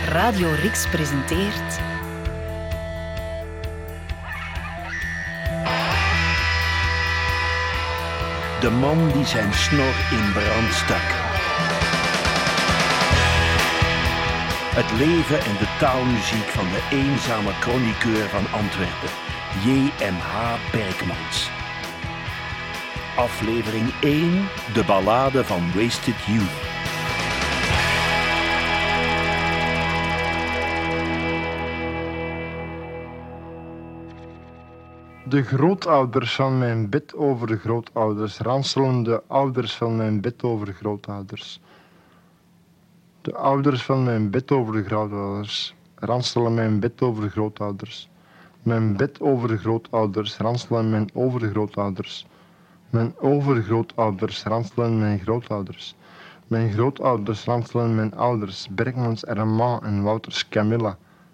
Radio Rix presenteert... De man die zijn snor in brand stak. Het leven en de taalmuziek van de eenzame chroniqueur van Antwerpen, J.M.H. Berkmans. Aflevering 1, de ballade van Wasted Youth. De grootouders van mijn bed over de grootouders, ranselen de ouders van mijn bed over de grootouders. De ouders van mijn bed over de grootouders, ranselen mijn bed over de grootouders. Mijn bed over de grootouders, ranselen mijn over de grootouders. Mijn overgrootouders, ranselen mijn grootouders. Mijn grootouders, ranselen mijn ouders, Berkmans, Armand en Wouters Camilla.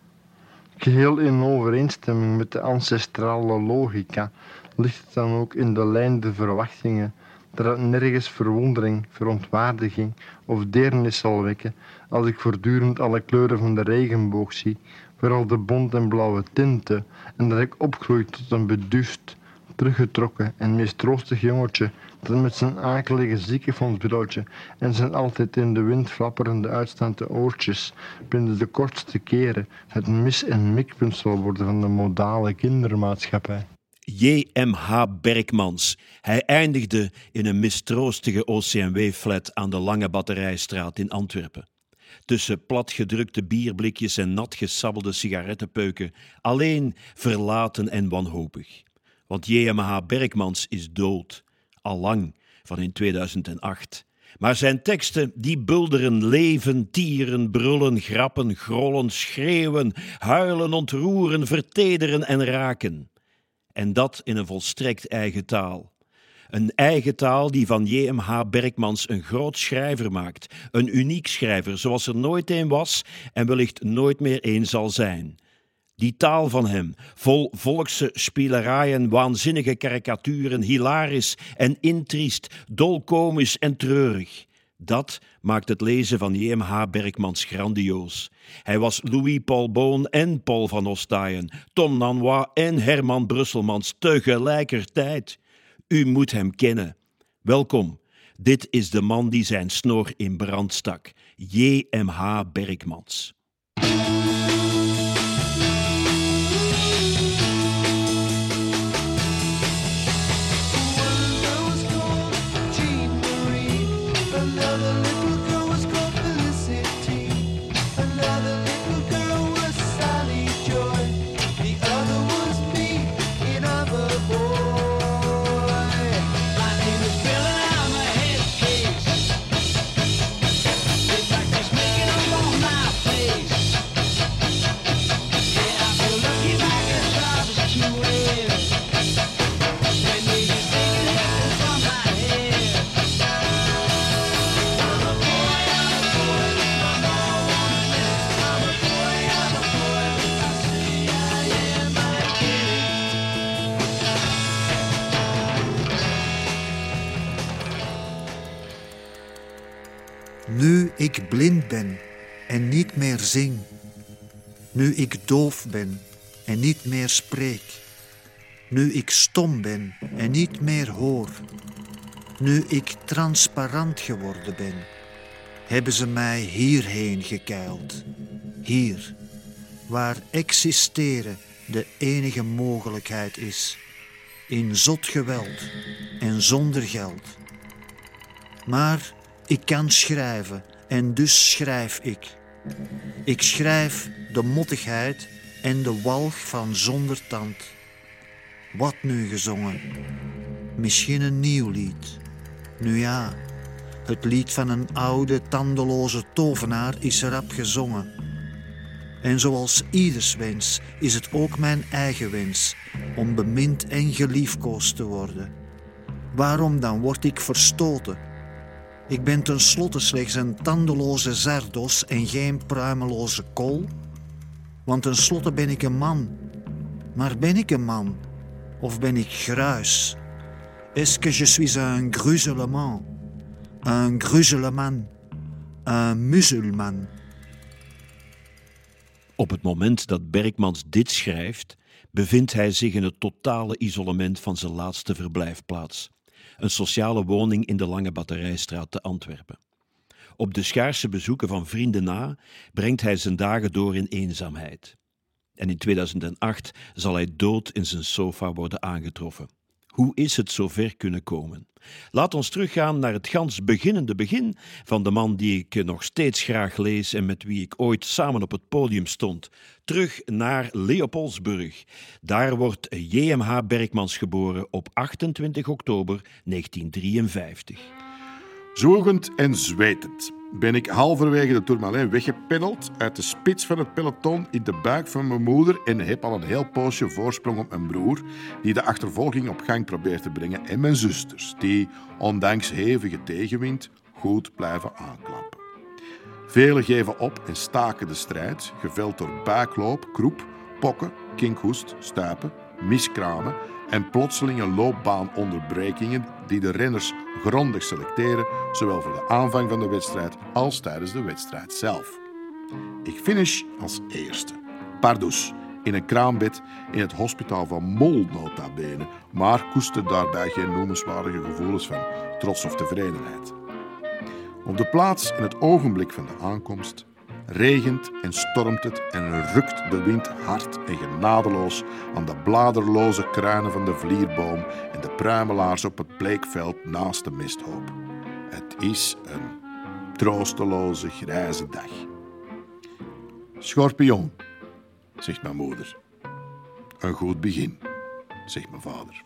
Geheel in overeenstemming met de ancestrale logica ligt het dan ook in de lijn der verwachtingen dat het nergens verwondering, verontwaardiging of deernis zal wekken als ik voortdurend alle kleuren van de regenboog zie, vooral de bont en blauwe tinten, en dat ik opgroei tot een beduust, teruggetrokken en mistroostig jongetje dat met zijn akelige ziekenfondsbureautje en zijn altijd in de wind flapperende uitstaande oortjes binnen de kortste keren het mis- en mikpunt zal worden van de modale kindermaatschappij. J.M.H. Berkmans. Hij eindigde in een mistroostige OCMW-flat aan de Lange Batterijstraat in Antwerpen. Tussen platgedrukte bierblikjes en nat gesabbelde sigarettenpeuken, alleen, verlaten en wanhopig. Want J.M.H. Berkmans is dood, allang, van in 2008. Maar zijn teksten, die bulderen, leven, tieren, brullen, grappen, grollen, schreeuwen, huilen, ontroeren, vertederen en raken. En dat in een volstrekt eigen taal. Een eigen taal die van J.M.H. Berkmans een groot schrijver maakt. Een uniek schrijver, zoals er nooit een was en wellicht nooit meer een zal zijn. Die taal van hem, vol volkse spieleraaien, waanzinnige karikaturen, hilarisch en intriest, dolkomisch en treurig. Dat maakt het lezen van J.M.H. Berkmans grandioos. Hij was Louis Paul Boon en Paul van Ostaaien, Tom Nanois en Herman Brusselmans tegelijkertijd. U moet hem kennen. Welkom, dit is de man die zijn snor in brand stak. J.M.H. Berkmans. Nu ik blind ben en niet meer zing, nu ik doof ben en niet meer spreek, nu ik stom ben en niet meer hoor, nu ik transparant geworden ben, hebben ze mij hierheen gekeild. Hier, waar existeren de enige mogelijkheid is, in zot geweld en zonder geld. Maar ik kan schrijven en dus schrijf ik. Ik schrijf de mottigheid en de walg van zonder tand. Wat nu gezongen? Misschien een nieuw lied. Nu ja, het lied van een oude, tandeloze tovenaar is rap gezongen. En zoals ieders wens is het ook mijn eigen wens om bemind en geliefkoosd te worden. Waarom dan word ik verstoten? Ik ben tenslotte slechts een tandeloze zardos en geen pruimeloze kool. Want tenslotte ben ik een man. Maar ben ik een man? Of ben ik gruis? Est-ce que je suis un gruzelement? Un gruzeleman? Un musulman? Op het moment dat Berkmans dit schrijft, bevindt hij zich in het totale isolement van zijn laatste verblijfplaats. Een sociale woning in de Lange Batterijstraat te Antwerpen. Op de schaarse bezoeken van vrienden na brengt hij zijn dagen door in eenzaamheid. En in 2008 zal hij dood in zijn sofa worden aangetroffen. Hoe is het zover kunnen komen? Laat ons teruggaan naar het gans beginnende begin van de man die ik nog steeds graag lees en met wie ik ooit samen op het podium stond. Terug naar Leopoldsburg. Daar wordt J.M.H. Berkmans geboren op 28 oktober 1953. Zwoegend en zwetend ben ik halverwege de Tourmalet weggepeddeld uit de spits van het peloton in de buik van mijn moeder en heb al een heel poosje voorsprong op mijn broer, die de achtervolging op gang probeert te brengen, en mijn zusters, die, ondanks hevige tegenwind, goed blijven aanklappen. Velen geven op en staken de strijd, geveld door buikloop, kroep, pokken, kinkhoest, stuipen, miskramen en plotselinge loopbaanonderbrekingen die de renners grondig selecteren, zowel voor de aanvang van de wedstrijd als tijdens de wedstrijd zelf. Ik finish als eerste. Pardoes, in een kraambed in het hospitaal van Mol nota bene, maar koester daarbij geen noemenswaardige gevoelens van trots of tevredenheid. Op de plaats in het ogenblik van de aankomst regent en stormt het en rukt de wind hard en genadeloos aan de bladerloze kruinen van de vlierboom en de pruimelaars op het bleekveld naast de mesthoop. Het is een troosteloze grijze dag. Schorpioen, zegt mijn moeder. Een goed begin, zegt mijn vader.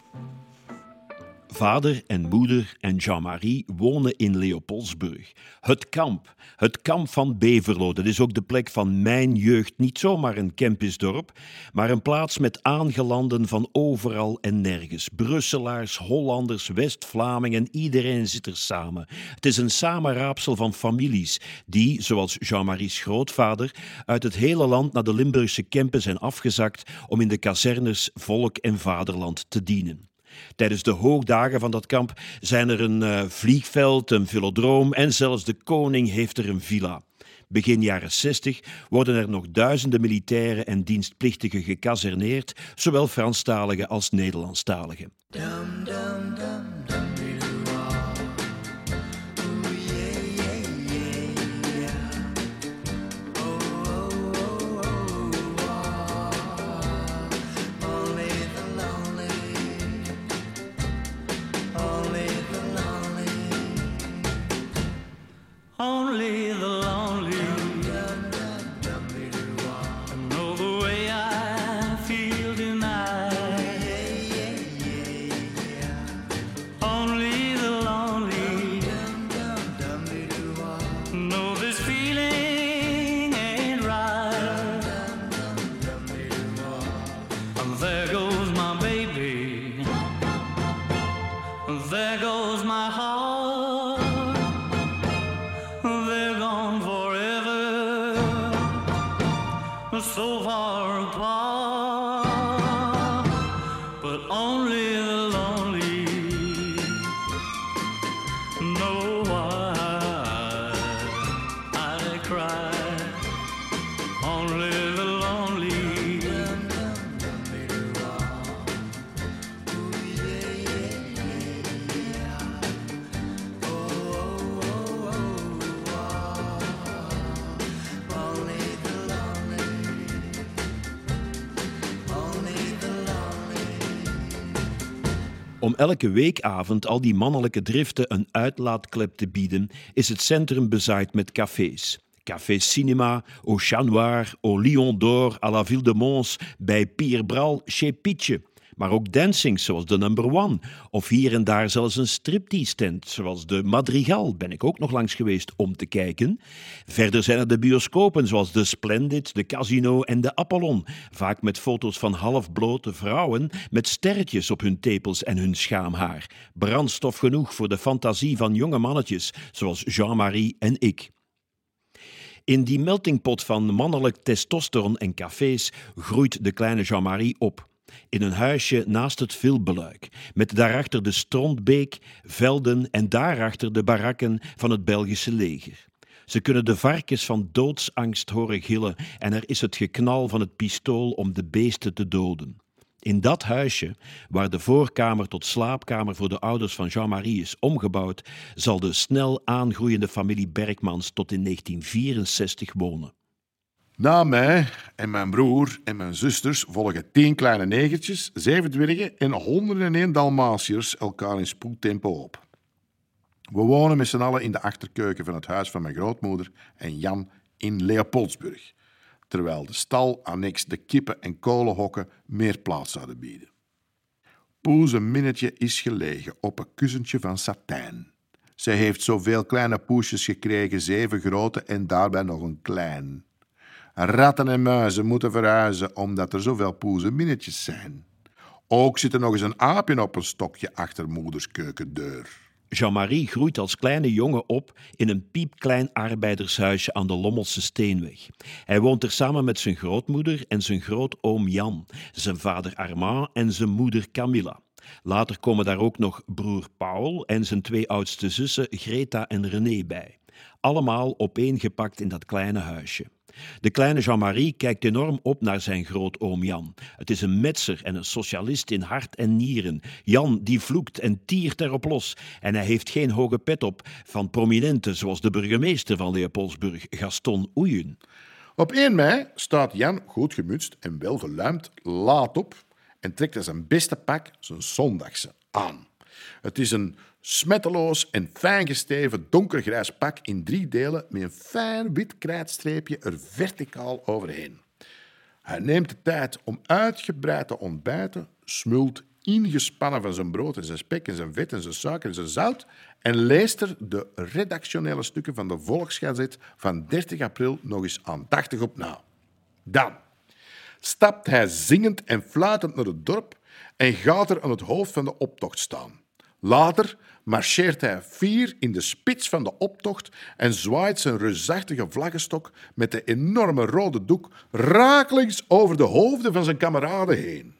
Vader en moeder en Jean-Marie wonen in Leopoldsburg. Het kamp van Beverlo. Dat is ook de plek van mijn jeugd. Niet zomaar een Kempisdorp, maar een plaats met aangelanden van overal en nergens. Brusselaars, Hollanders, West-Vlamingen, iedereen zit er samen. Het is een samenraapsel van families die, zoals Jean-Marie's grootvader, uit het hele land naar de Limburgse Kempen zijn afgezakt om in de kazernes volk en vaderland te dienen. Tijdens de hoogdagen van dat kamp zijn er een vliegveld, een velodroom en zelfs de koning heeft er een villa. Begin jaren 60 worden er nog duizenden militairen en dienstplichtigen gekazerneerd, zowel Franstaligen als Nederlandstaligen. Only the lonely know the way I feel tonight. Only the lonely know this feeling ain't right. And there goes my baby, there goes my heart. So far apart, but only the lonely know why I cry. Only the lonely. Om elke weekavond al die mannelijke driften een uitlaatklep te bieden, is het centrum bezaaid met cafés. Café Cinema, au Chat Noir, au Lion d'Or, à la Ville de Mons, bij Pierre Bral, chez Pietje. Maar ook dancings zoals de Number One. Of hier en daar zelfs een striptease tent zoals de Madrigal. Ben ik ook nog langs geweest om te kijken. Verder zijn er de bioscopen zoals de Splendid, de Casino en de Apollon. Vaak met foto's van halfblote vrouwen met sterretjes op hun tepels en hun schaamhaar. Brandstof genoeg voor de fantasie van jonge mannetjes zoals Jean-Marie en ik. In die meltingpot van mannelijk testosteron en cafés groeit de kleine Jean-Marie op. In een huisje naast het Vilbeluik, met daarachter de Strontbeek, velden en daarachter de barakken van het Belgische leger. Ze kunnen de varkens van doodsangst horen gillen en er is het geknal van het pistool om de beesten te doden. In dat huisje, waar de voorkamer tot slaapkamer voor de ouders van Jean-Marie is omgebouwd, zal de snel aangroeiende familie Berkmans tot in 1964 wonen. Na mij en mijn broer en mijn zusters volgen 10 kleine negertjes, 7 dwergen en 101 Dalmatiërs elkaar in spoedtempo op. We wonen met z'n allen in de achterkeuken van het huis van mijn grootmoeder en Jan in Leopoldsburg, terwijl de stal, annex, de kippen en kolenhokken meer plaats zouden bieden. Poes een minnetje is gelegen op een kussentje van satijn. Zij heeft zoveel kleine poesjes gekregen, 7 grote en daarbij nog een klein. Ratten en muizen moeten verhuizen omdat er zoveel poezenminnetjes zijn. Ook zit er nog eens een aapje op een stokje achter moeders keukendeur. Jean-Marie groeit als kleine jongen op in een piepklein arbeidershuisje aan de Lommelse Steenweg. Hij woont er samen met zijn grootmoeder en zijn grootoom Jan, zijn vader Armand en zijn moeder Camilla. Later komen daar ook nog broer Paul en zijn 2 oudste zussen Greta en René bij. Allemaal opeengepakt in dat kleine huisje. De kleine Jean-Marie kijkt enorm op naar zijn grootoom Jan. Het is een metser en een socialist in hart en nieren. Jan die vloekt en tiert erop los. En hij heeft geen hoge pet op van prominenten zoals de burgemeester van Leopoldsburg, Gaston Oeyen. Op 1 mei staat Jan goed gemutst en welgeluimd laat op en trekt hij zijn beste pak, zijn zondagse, aan. Het is een smetteloos en fijn gesteven donkergrijs pak in 3 delen met een fijn wit krijtstreepje er verticaal overheen. Hij neemt de tijd om uitgebreid te ontbijten, smult ingespannen van zijn brood en zijn spek en zijn vet en zijn suiker en zijn zout en leest er de redactionele stukken van de Volksgazet van 30 april nog eens aandachtig op na. Dan stapt hij zingend en fluitend naar het dorp en gaat er aan het hoofd van de optocht staan. Later marcheert hij fier in de spits van de optocht en zwaait zijn reusachtige vlaggenstok met de enorme rode doek rakelings over de hoofden van zijn kameraden heen.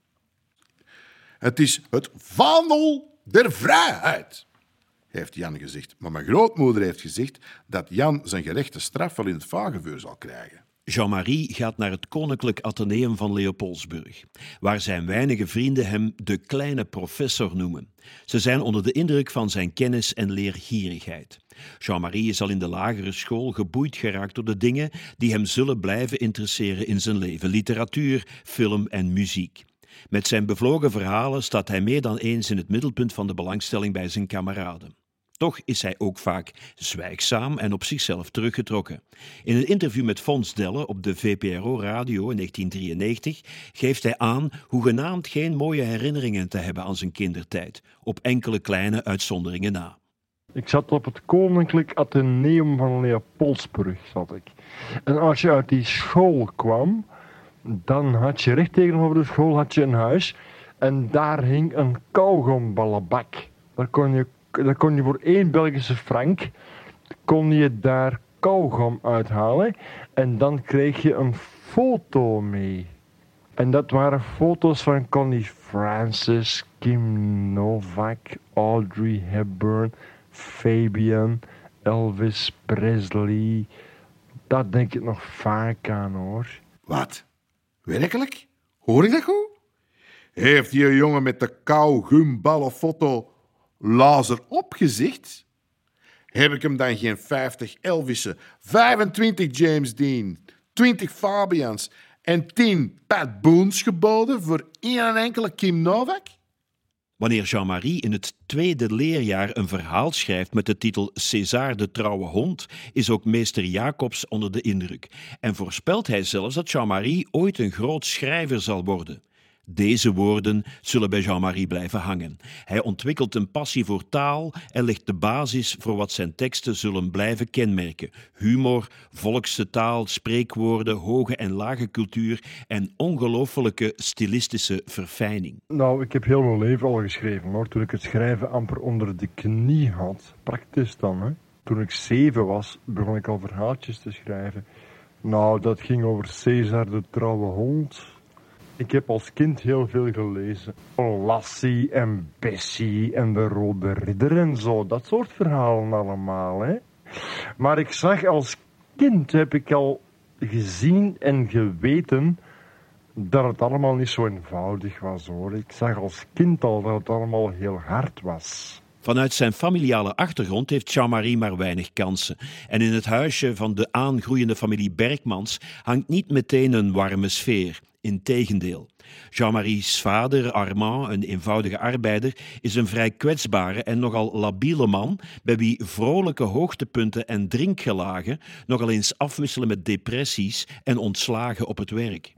Het is het vaandel der vrijheid, heeft Jan gezegd. Maar mijn grootmoeder heeft gezegd dat Jan zijn gerechte straf wel in het vagevuur zal krijgen. Jean-Marie gaat naar het Koninklijk Atheneum van Leopoldsburg, waar zijn weinige vrienden hem de kleine professor noemen. Ze zijn onder de indruk van zijn kennis en leergierigheid. Jean-Marie is al in de lagere school geboeid geraakt door de dingen die hem zullen blijven interesseren in zijn leven: literatuur, film en muziek. Met zijn bevlogen verhalen staat hij meer dan eens in het middelpunt van de belangstelling bij zijn kameraden. Toch is hij ook vaak zwijgzaam en op zichzelf teruggetrokken. In een interview met Fons Delle op de VPRO-radio in 1993 geeft hij aan hoegenaamd geen mooie herinneringen te hebben aan zijn kindertijd, op enkele kleine uitzonderingen na. Ik zat op het Koninklijk Atheneum van Leopoldsburg, zat ik. En als je uit die school kwam, dan had je recht tegenover de school had je een huis en daar hing een kauwgomballenbak. Daar kon je voor 1 Belgische frank kon je daar kauwgom uithalen en dan kreeg je een foto mee. En dat waren foto's van Connie Francis, Kim Novak, Audrey Hepburn, Fabian, Elvis Presley. Daar denk ik nog vaak aan, hoor. Wat? Werkelijk? Hoor ik dat goed? Heeft die jongen met de kauwgumballenfoto lazer opgezegd? Heb ik hem dan geen 50 Elvissen, 25 James Dean, 20 Fabians en 10 Pat Boones geboden voor 1 enkele Kim Novak? Wanneer Jean-Marie in het 2e leerjaar een verhaal schrijft met de titel César de trouwe hond, is ook meester Jacobs onder de indruk. En voorspelt hij zelfs dat Jean-Marie ooit een groot schrijver zal worden. Deze woorden zullen bij Jean-Marie blijven hangen. Hij ontwikkelt een passie voor taal en legt de basis voor wat zijn teksten zullen blijven kenmerken: humor, volkse taal, spreekwoorden, hoge en lage cultuur en ongelooflijke stilistische verfijning. Nou, ik heb heel mijn leven al geschreven, hoor. Toen ik het schrijven amper onder de knie had. Praktisch dan, hè. Toen ik 7 was, begon ik al verhaaltjes te schrijven. Nou, dat ging over César de trouwe hond. Ik heb als kind heel veel gelezen. Lassie en Bessie en de Rode Ridder en zo. Dat soort verhalen allemaal, hè. Maar ik zag als kind, heb ik al gezien en geweten dat het allemaal niet zo eenvoudig was, hoor. Ik zag als kind al dat het allemaal heel hard was. Vanuit zijn familiale achtergrond heeft Jean-Marie maar weinig kansen. En in het huisje van de aangroeiende familie Berkmans hangt niet meteen een warme sfeer. Integendeel. Jean-Marie's vader, Armand, een eenvoudige arbeider, is een vrij kwetsbare en nogal labiele man, bij wie vrolijke hoogtepunten en drinkgelagen nogal eens afwisselen met depressies en ontslagen op het werk.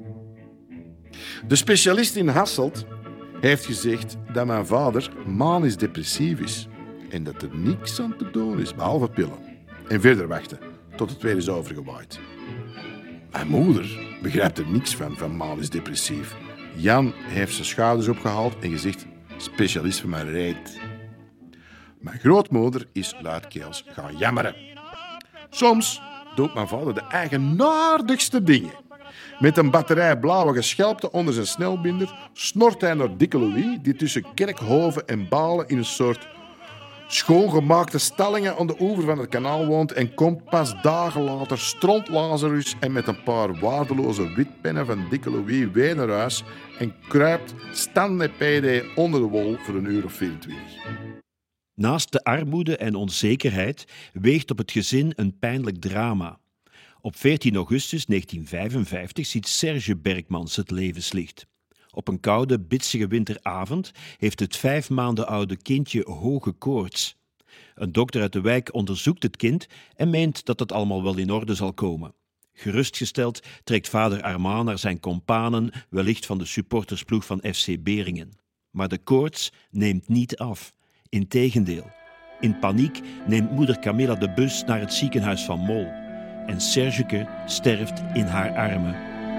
De specialist in Hasselt heeft gezegd dat mijn vader manisch depressief is en dat er niks aan te doen is, behalve pillen. En verder wachten, tot het weer is overgewaaid. Mijn moeder begrijpt er niks van manisch depressief. Jan heeft zijn schouders opgehaald en gezegd, specialist van mijn reet. Mijn grootmoeder is luidkeels gaan jammeren. Soms doet mijn vader de eigenaardigste dingen. Met een batterij blauwe geschelpten onder zijn snelbinder snort hij naar Dikke Louis, die tussen Kerkhoven en Balen in een soort schoongemaakte stallingen aan de oever van het kanaal woont en komt pas dagen later stront Lazarus en met een paar waardeloze witpennen van Dikke Louis weer naar huis en kruipt stand PD onder de wol voor een uur of 24. Naast de armoede en onzekerheid weegt op het gezin een pijnlijk drama. Op 14 augustus 1955 ziet Serge Berkmans het levenslicht. Op een koude, bitsige winteravond heeft het 5 maanden oude kindje hoge koorts. Een dokter uit de wijk onderzoekt het kind en meent dat het allemaal wel in orde zal komen. Gerustgesteld trekt vader Armand naar zijn kompanen, wellicht van de supportersploeg van FC Beringen. Maar de koorts neemt niet af. Integendeel. In paniek neemt moeder Camilla de bus naar het ziekenhuis van Mol. En Sergeke sterft in haar armen.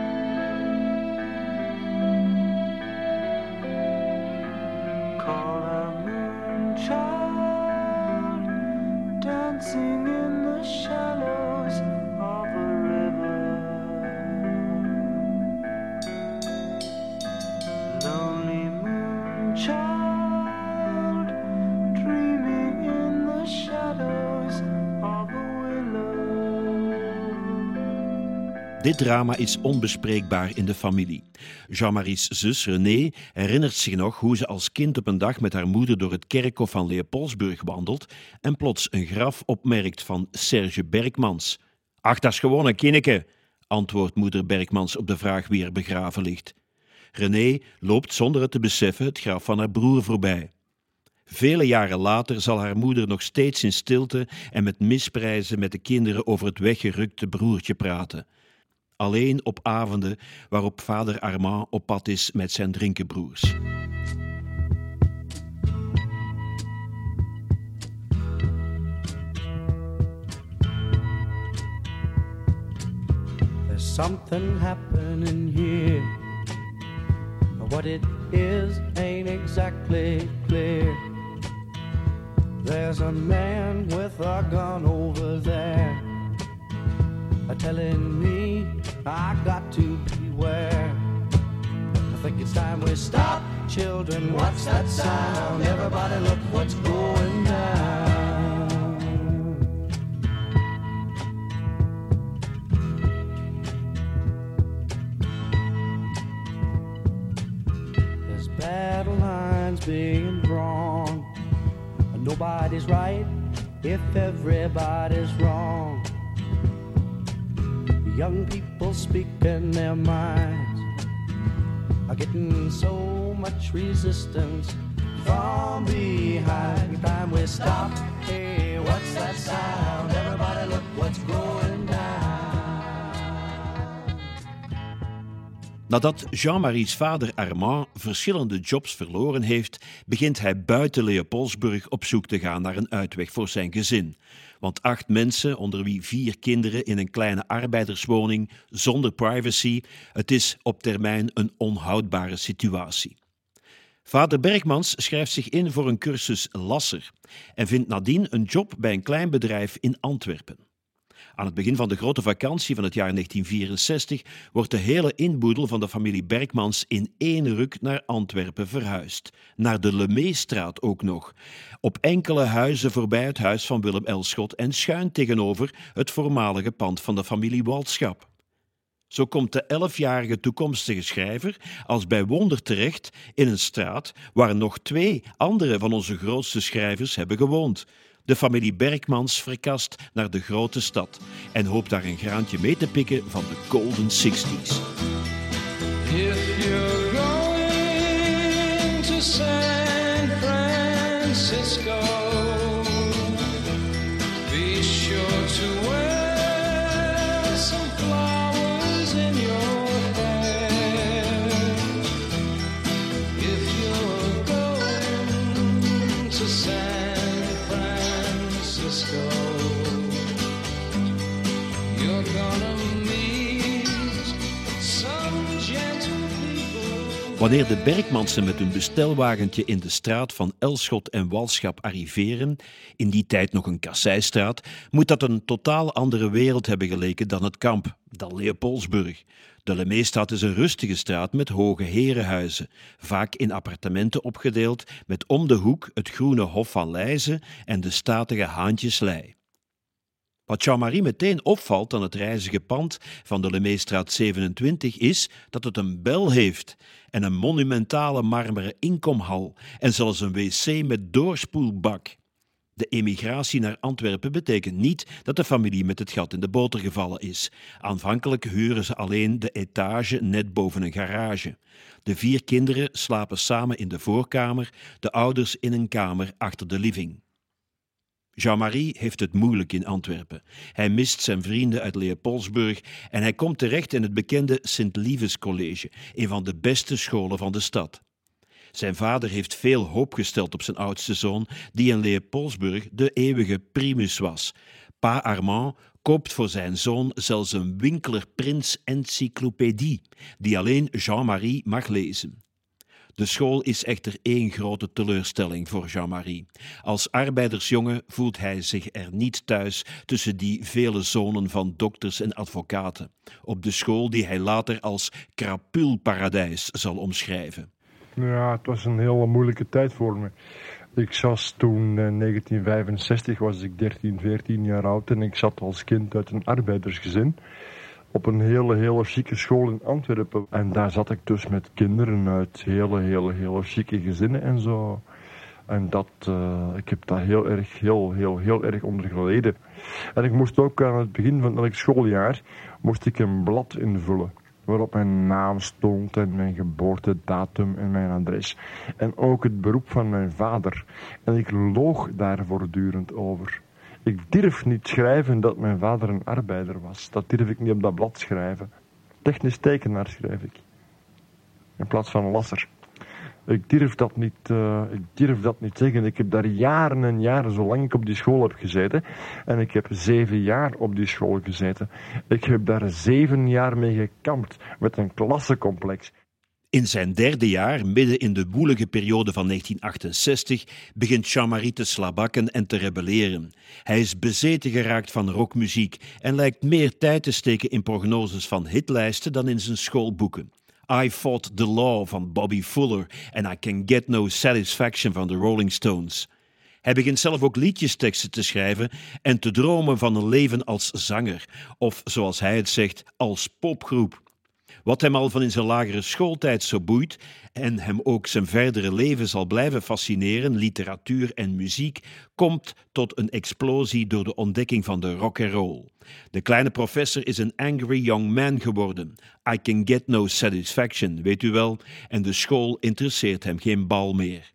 Call a moonchild, dancing in the shallows of a river. Lonely moonchild, dreaming in the shadows of a willow. Dit drama is onbespreekbaar in de familie. Jean-Marie's zus René herinnert zich nog hoe ze als kind op een dag met haar moeder door het kerkhof van Leopoldsburg wandelt en plots een graf opmerkt van Serge Berkmans. Ach, dat is gewoon een kinneke, antwoordt moeder Berkmans op de vraag wie er begraven ligt. René loopt zonder het te beseffen het graf van haar broer voorbij. Vele jaren later zal haar moeder nog steeds in stilte en met misprijzen met de kinderen over het weggerukte broertje praten. Alleen op avonden waarop vader Armand op pad is met zijn drinkenbroers. There's something happening here. What it is ain't exactly clear. There's a man with a gun over there, telling me I got to beware. I think it's time we stop, children. What's that sound? Everybody look what's going down. There's battle lines being drawn. Nobody's right if everybody's wrong. Young people speaking their minds are getting so much resistance from behind. Time we stop. Hey, what's that sound? Everybody look what's going down. Nadat Jean-Marie's vader Armand verschillende jobs verloren heeft, begint hij buiten Leopoldsburg op zoek te gaan naar een uitweg voor zijn gezin. Want 8 mensen, onder wie 4 kinderen in een kleine arbeiderswoning, zonder privacy, het is op termijn een onhoudbare situatie. Vader Berkmans schrijft zich in voor een cursus lasser en vindt nadien een job bij een klein bedrijf in Antwerpen. Aan het begin van de grote vakantie van het jaar 1964 wordt de hele inboedel van de familie Berkmans in één ruk naar Antwerpen verhuisd. Naar de Lemeestraat ook nog. Op enkele huizen voorbij het huis van Willem Elschot en schuin tegenover het voormalige pand van de familie Walschap. Zo komt de 11-jarige toekomstige schrijver als bij wonder terecht in een straat waar nog 2 andere van onze grootste schrijvers hebben gewoond. De familie Berkmans verkast naar de grote stad en hoopt daar een graantje mee te pikken van de Golden 60s. If you're going to San Francisco, be sure to wear some flowers in your hair. If you're going to San Francisco, you're gonna meet some gentle people. Wanneer de Berkmansen met hun bestelwagentje in de straat van Elschot en Walschap arriveren, in die tijd nog een kasseistraat, moet dat een totaal andere wereld hebben geleken dan het kamp, dan Leopoldsburg. De Lemeestraat is een rustige straat met hoge herenhuizen, vaak in appartementen opgedeeld, met om de hoek het groene Hof van Leijzen en de statige Haantjeslei. Wat Jean-Marie meteen opvalt aan het rijzige pand van de Lemeestraat 27 is dat het een bel heeft en een monumentale marmeren inkomhal en zelfs een wc met doorspoelbak. De emigratie naar Antwerpen betekent niet dat de familie met het gat in de boter gevallen is. Aanvankelijk huren ze alleen de etage net boven een garage. De 4 kinderen slapen samen in de voorkamer, de ouders in een kamer achter de living. Jean-Marie heeft het moeilijk in Antwerpen. Hij mist zijn vrienden uit Leopoldsburg en hij komt terecht in het bekende Sint-Lieves College, een van de beste scholen van de stad. Zijn vader heeft veel hoop gesteld op zijn oudste zoon, die in Leopoldsburg de eeuwige primus was. Pa Armand koopt voor zijn zoon zelfs een Winkler Prins encyclopedie, die alleen Jean-Marie mag lezen. De school is echter één grote teleurstelling voor Jean-Marie. Als arbeidersjongen voelt hij zich er niet thuis tussen die vele zonen van dokters en advocaten. Op de school die hij later als krapulparadijs zal omschrijven. Ja, het was een hele moeilijke tijd voor me. Ik zat toen, in 1965 was ik 13, 14 jaar oud en ik zat als kind uit een arbeidersgezin op een hele chique school in Antwerpen. En daar zat ik dus met kinderen uit hele chique gezinnen en zo. En ik heb daar heel erg onder geleden. En ik moest ook aan het begin van elk schooljaar een blad invullen waarop mijn naam stond en mijn geboortedatum en mijn adres. En ook het beroep van mijn vader. En ik loog daar voortdurend over. Ik durf niet schrijven dat mijn vader een arbeider was. Dat durf ik niet op dat blad schrijven. Technisch tekenaar schrijf ik. In plaats van lasser. Ik durf dat niet zeggen. Ik heb daar jaren en jaren, zolang ik op die school heb gezeten. En ik heb 7 jaar op die school gezeten. Ik heb daar 7 jaar mee gekampt. Met een klassencomplex. In zijn 3e jaar, midden in de woelige periode van 1968, begint Jean-Marie te slabakken en te rebelleren. Hij is bezeten geraakt van rockmuziek en lijkt meer tijd te steken in prognoses van hitlijsten dan in zijn schoolboeken. I Fought the Law van Bobby Fuller en I Can Get No Satisfaction van de Rolling Stones. Hij begint zelf ook liedjesteksten te schrijven en te dromen van een leven als zanger, of zoals hij het zegt, als popgroep. Wat hem al van in zijn lagere schooltijd zo boeit en hem ook zijn verdere leven zal blijven fascineren, literatuur en muziek, komt tot een explosie door de ontdekking van de rock'n'roll. De kleine professor is een angry young man geworden. I can get no satisfaction, weet u wel, en de school interesseert hem geen bal meer.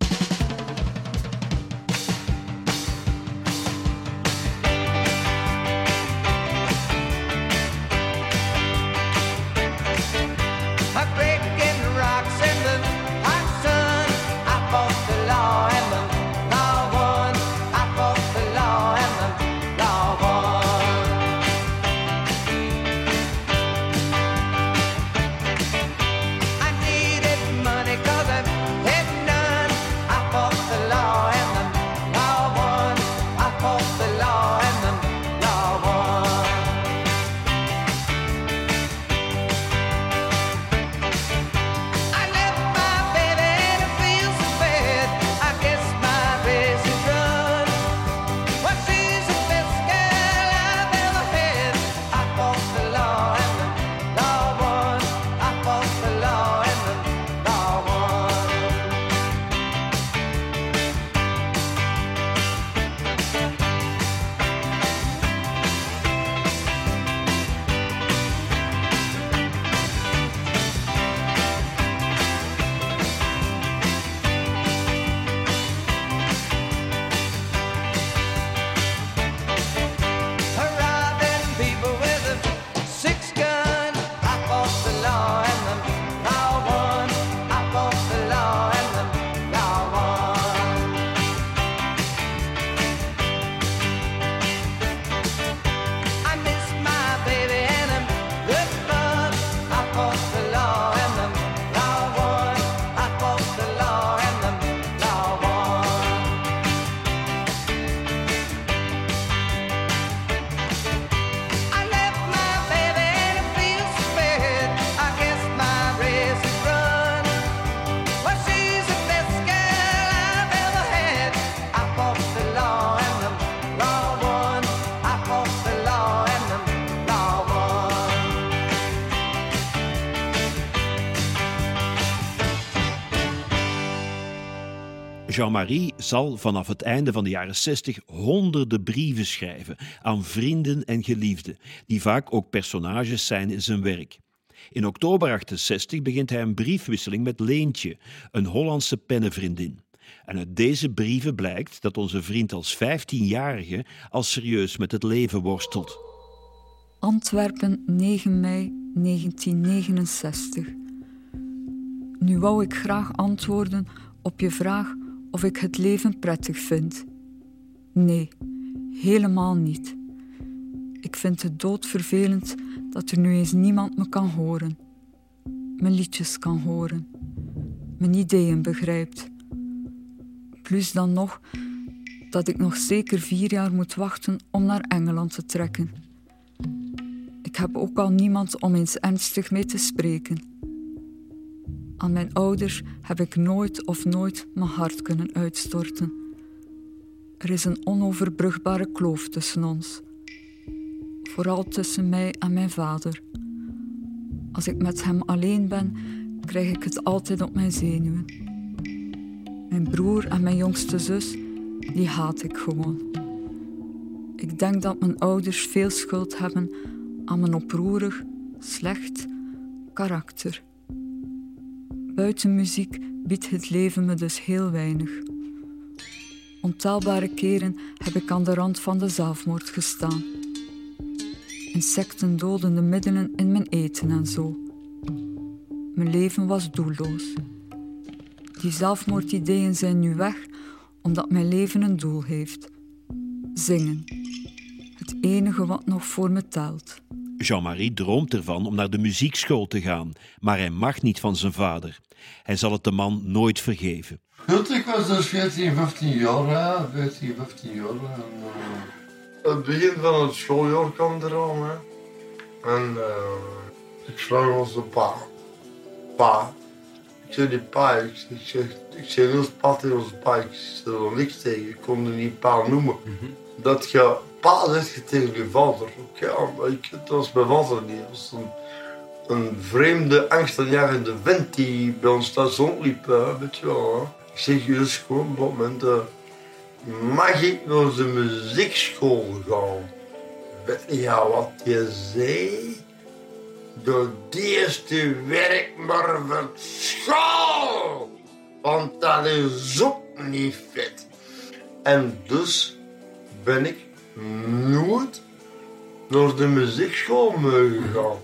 Jean-Marie zal vanaf het einde van de jaren 60 honderden brieven schrijven aan vrienden en geliefden, die vaak ook personages zijn in zijn werk. In oktober 68 begint hij een briefwisseling met Leentje, een Hollandse pennenvriendin. En uit deze brieven blijkt dat onze vriend als 15-jarige al serieus met het leven worstelt. Antwerpen, 9 mei 1969. Nu wou ik graag antwoorden op je vraag of ik het leven prettig vind. Nee, helemaal niet. Ik vind het doodvervelend dat er nu eens niemand me kan horen. Mijn liedjes kan horen. Mijn ideeën begrijpt. Plus dan nog dat ik nog zeker 4 jaar moet wachten om naar Engeland te trekken. Ik heb ook al niemand om eens ernstig mee te spreken. Aan mijn ouders heb ik nooit mijn hart kunnen uitstorten. Er is een onoverbrugbare kloof tussen ons. Vooral tussen mij en mijn vader. Als ik met hem alleen ben, krijg ik het altijd op mijn zenuwen. Mijn broer en mijn jongste zus, die haat ik gewoon. Ik denk dat mijn ouders veel schuld hebben aan mijn oproerig, slecht karakter. Buiten muziek biedt het leven me dus heel weinig. Ontelbare keren heb ik aan de rand van de zelfmoord gestaan. Insectendodende middelen in mijn eten en zo. Mijn leven was doelloos. Die zelfmoordideeën zijn nu weg, omdat mijn leven een doel heeft. Zingen. Het enige wat nog voor me telt. Jean-Marie droomt ervan om naar de muziekschool te gaan, maar hij mag niet van zijn vader. Hij zal het de man nooit vergeven. Goed, ik was dus 14, 15 jaar. Hè. 14, 15 jaar. Het begin van het schooljaar kwam eraan. Hè. En ik vraag onze pa. Pa. Ik zei die pa. Ik zei heel pa tegen onze pa. Ik zei er niks tegen. Ik kon er niet pa noemen. Dat je pa zegt tegen je vader. Ja, dat was mijn vader niet. Dat was een vreemde, angstaanjagende vent die bij ons thuis rondliep. Weet je wel. Hè. Ik zeg dus gewoon op dat moment... mag ik naar de muziekschool gaan? Weet je wat je zei? De eerste werk maar voor school. Want dat is ook niet vet. En dus ben ik nooit naar de muziekschool mogen gaan.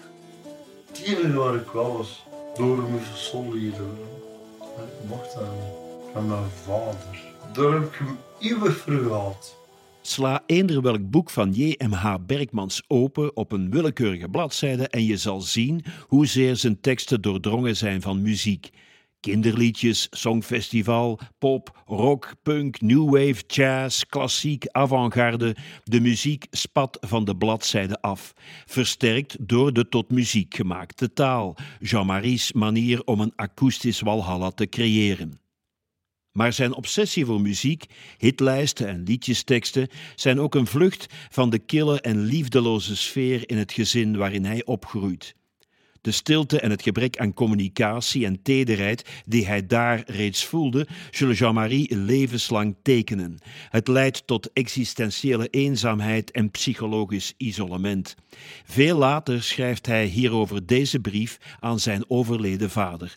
10 jaar ik wel eens door moest solliciteren. Ik mocht dat niet. Van mijn vader. Daar heb ik hem eeuwig voor gehad. Sla eender welk boek van J.M.H. Berkmans open op een willekeurige bladzijde en je zal zien hoezeer zijn teksten doordrongen zijn van muziek. Kinderliedjes, songfestival, pop, rock, punk, new wave, jazz, klassiek, avant-garde. De muziek spat van de bladzijde af, versterkt door de tot muziek gemaakte taal. Jean-Marie's manier om een akoestisch walhalla te creëren. Maar zijn obsessie voor muziek, hitlijsten en liedjesteksten zijn ook een vlucht van de kille en liefdeloze sfeer in het gezin waarin hij opgroeit. De stilte en het gebrek aan communicatie en tederheid die hij daar reeds voelde, zullen Jean-Marie levenslang tekenen. Het leidt tot existentiële eenzaamheid en psychologisch isolement. Veel later schrijft hij hierover deze brief aan zijn overleden vader.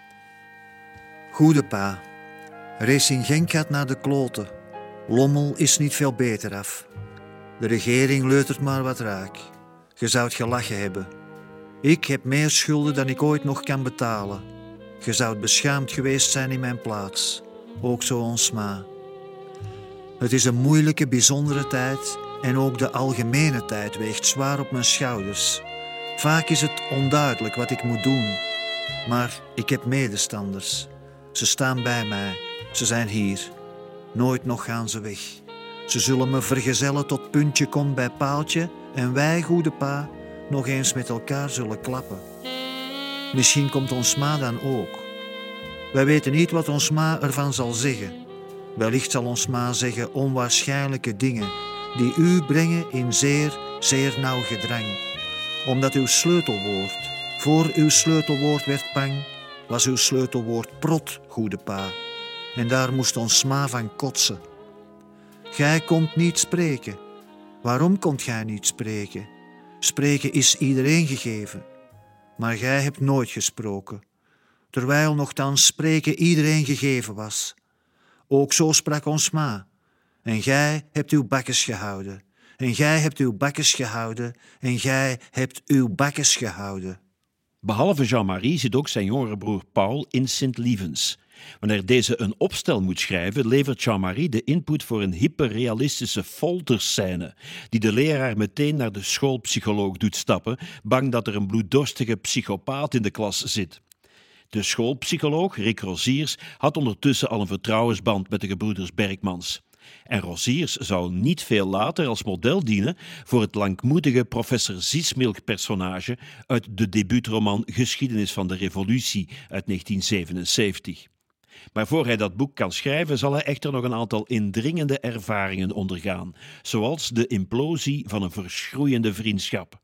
Goede pa. Racing Genk gaat naar de kloten. Lommel is niet veel beter af. De regering leutert maar wat raak. Je zou het gelachen hebben. Ik heb meer schulden dan ik ooit nog kan betalen. Je zou beschaamd geweest zijn in mijn plaats. Ook zo ons ma. Het is een moeilijke, bijzondere tijd en ook de algemene tijd weegt zwaar op mijn schouders. Vaak is het onduidelijk wat ik moet doen. Maar ik heb medestanders. Ze staan bij mij. Ze zijn hier. Nooit nog gaan ze weg. Ze zullen me vergezellen tot puntje komt bij paaltje en wij, goede pa, nog eens met elkaar zullen klappen. Misschien komt ons ma dan ook. Wij weten niet wat ons ma ervan zal zeggen. Wellicht zal ons ma zeggen onwaarschijnlijke dingen die u brengen in zeer, zeer nauw gedrang. Omdat uw sleutelwoord, voor uw sleutelwoord werd pang, was uw sleutelwoord prot, goede pa. en daar moest ons ma van kotsen. Gij kondt niet spreken. Waarom kondt gij niet spreken? Spreken is iedereen gegeven, maar gij hebt nooit gesproken, terwijl nochtans spreken iedereen gegeven was. Ook zo sprak ons ma, en gij hebt uw bakkes gehouden, en gij hebt uw bakkes gehouden, en gij hebt uw bakkes gehouden. Behalve Jean-Marie zit ook zijn jongere broer Paul in Sint-Lievens. Wanneer deze een opstel moet schrijven, levert Jean-Marie de input voor een hyperrealistische folterscène, die de leraar meteen naar de schoolpsycholoog doet stappen, bang dat er een bloeddorstige psychopaat in de klas zit. De schoolpsycholoog, Rick Rosiers, had ondertussen al een vertrouwensband met de gebroeders Berkmans. En Rosiers zou niet veel later als model dienen voor het langmoedige professor Ziesmilch-personage uit de debuutroman Geschiedenis van de Revolutie uit 1977. Maar voor hij dat boek kan schrijven, zal hij echter nog een aantal indringende ervaringen ondergaan, zoals de implosie van een verschroeiende vriendschap.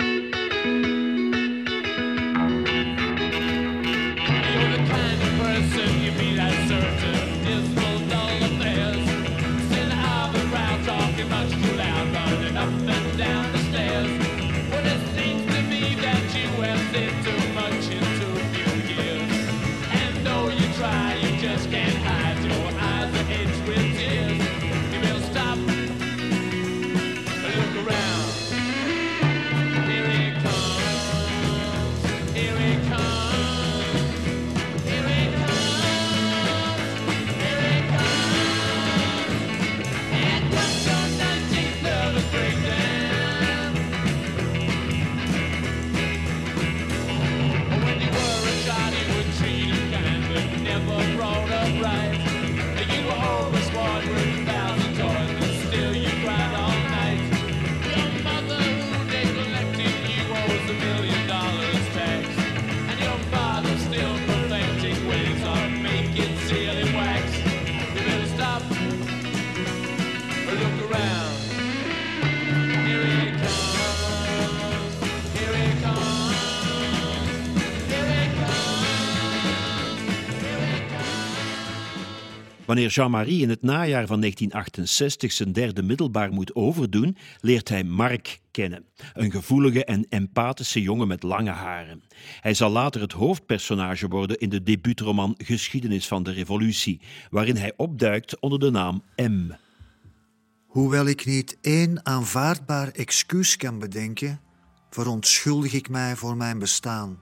Wanneer Jean-Marie in het najaar van 1968 zijn derde middelbaar moet overdoen, leert hij Mark kennen. Een gevoelige en empathische jongen met lange haren. Hij zal later het hoofdpersonage worden in de debuutroman Geschiedenis van de Revolutie, waarin hij opduikt onder de naam M. Hoewel ik niet één aanvaardbaar excuus kan bedenken, verontschuldig ik mij voor mijn bestaan.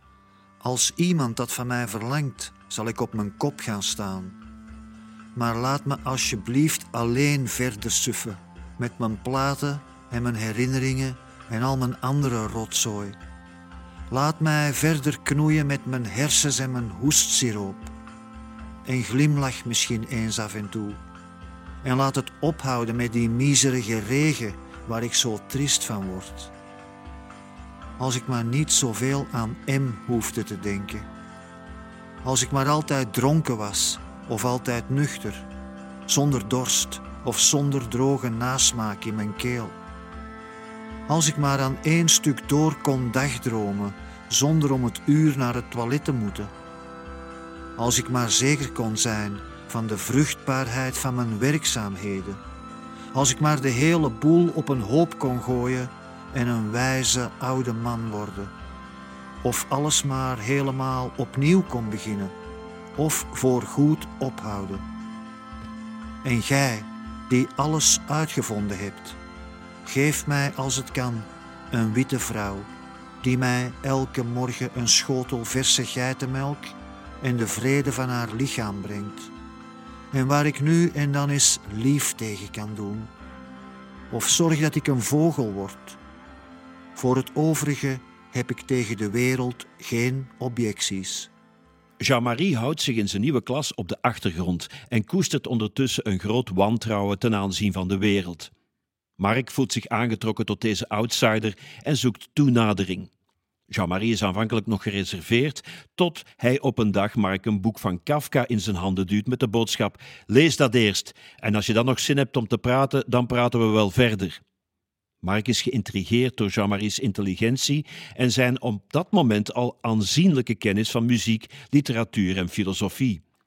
Als iemand dat van mij verlangt, zal ik op mijn kop gaan staan. Maar laat me alsjeblieft alleen verder suffen, met mijn platen en mijn herinneringen en al mijn andere rotzooi. Laat mij verder knoeien met mijn hersens en mijn hoestsiroop. En glimlach misschien eens af en toe. En laat het ophouden met die miserige regen waar ik zo triest van word. Als ik maar niet zoveel aan M hoefde te denken. Als ik maar altijd dronken was of altijd nuchter, zonder dorst of zonder droge nasmaak in mijn keel. Als ik maar aan één stuk door kon dagdromen, zonder om het uur naar het toilet te moeten. Als ik maar zeker kon zijn van de vruchtbaarheid van mijn werkzaamheden. Als ik maar de hele boel op een hoop kon gooien en een wijze oude man worden. Of alles maar helemaal opnieuw kon beginnen. Of voorgoed ophouden. En gij, die alles uitgevonden hebt, geef mij als het kan een witte vrouw, die mij elke morgen een schotel verse geitenmelk en de vrede van haar lichaam brengt. En waar ik nu en dan eens lief tegen kan doen. Of zorg dat ik een vogel word. Voor het overige heb ik tegen de wereld geen objecties. Jean-Marie houdt zich in zijn nieuwe klas op de achtergrond en koestert ondertussen een groot wantrouwen ten aanzien van de wereld. Mark voelt zich aangetrokken tot deze outsider en zoekt toenadering. Jean-Marie is aanvankelijk nog gereserveerd, tot hij op een dag Mark een boek van Kafka in zijn handen duwt met de boodschap: lees dat eerst, en als je dan nog zin hebt om te praten, dan praten we wel verder. Mark is geïntrigeerd door Jean-Marie's intelligentie en zijn op dat moment al aanzienlijke kennis van muziek, literatuur en filosofie.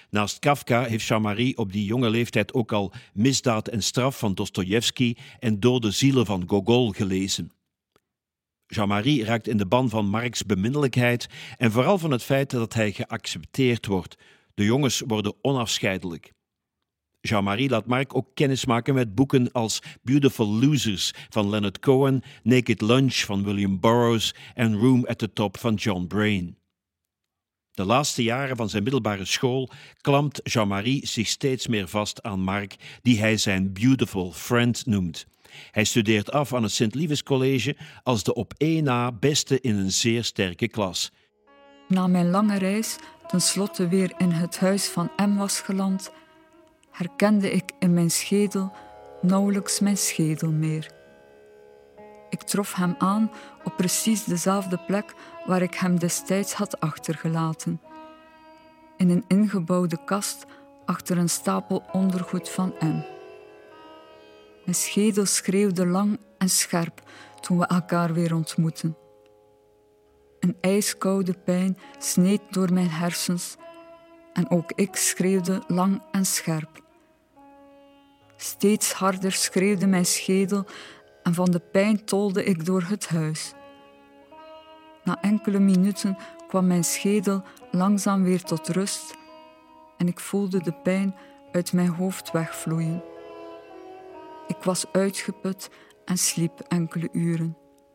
Naast Kafka heeft Jean-Marie op die jonge leeftijd ook al Misdaad en straf van Dostojevski en Dode zielen van Gogol gelezen. Jean-Marie raakt in de ban van Marks beminnelijkheid en vooral van het feit dat hij geaccepteerd wordt. De jongens worden onafscheidelijk. Jean-Marie laat Mark ook kennismaken met boeken als Beautiful Losers van Leonard Cohen, Naked Lunch van William Burroughs en Room at the Top van John Brain. De laatste jaren van zijn middelbare school klampt Jean-Marie zich steeds meer vast aan Mark, die hij zijn beautiful friend noemt. Hij studeert af aan het Sint-Livis College als de op één na beste in een zeer sterke klas. Na mijn lange reis tenslotte weer in het huis van M was geland, herkende ik in mijn schedel nauwelijks mijn schedel meer. Ik trof hem aan op precies dezelfde plek waar ik hem destijds had achtergelaten. In een ingebouwde kast achter een stapel ondergoed van M. Mijn schedel schreeuwde lang en scherp toen we elkaar weer ontmoetten. Een ijskoude pijn sneed door mijn hersens en ook ik schreeuwde lang en scherp. Steeds harder schreeuwde mijn schedel en van de pijn tolde ik door het huis. Na enkele minuten kwam mijn schedel langzaam weer tot rust en ik voelde de pijn uit mijn hoofd wegvloeien. Ik was uitgeput en sliep enkele uren.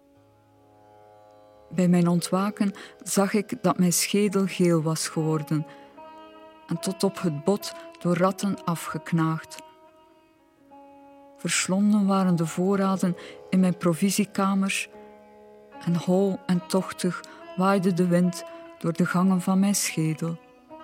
Bij mijn ontwaken zag ik dat mijn schedel geel was geworden en tot op het bot door ratten afgeknaagd. Verslonden waren de voorraden in mijn provisiekamers en hol en tochtig waaide de wind door de gangen van mijn schedel.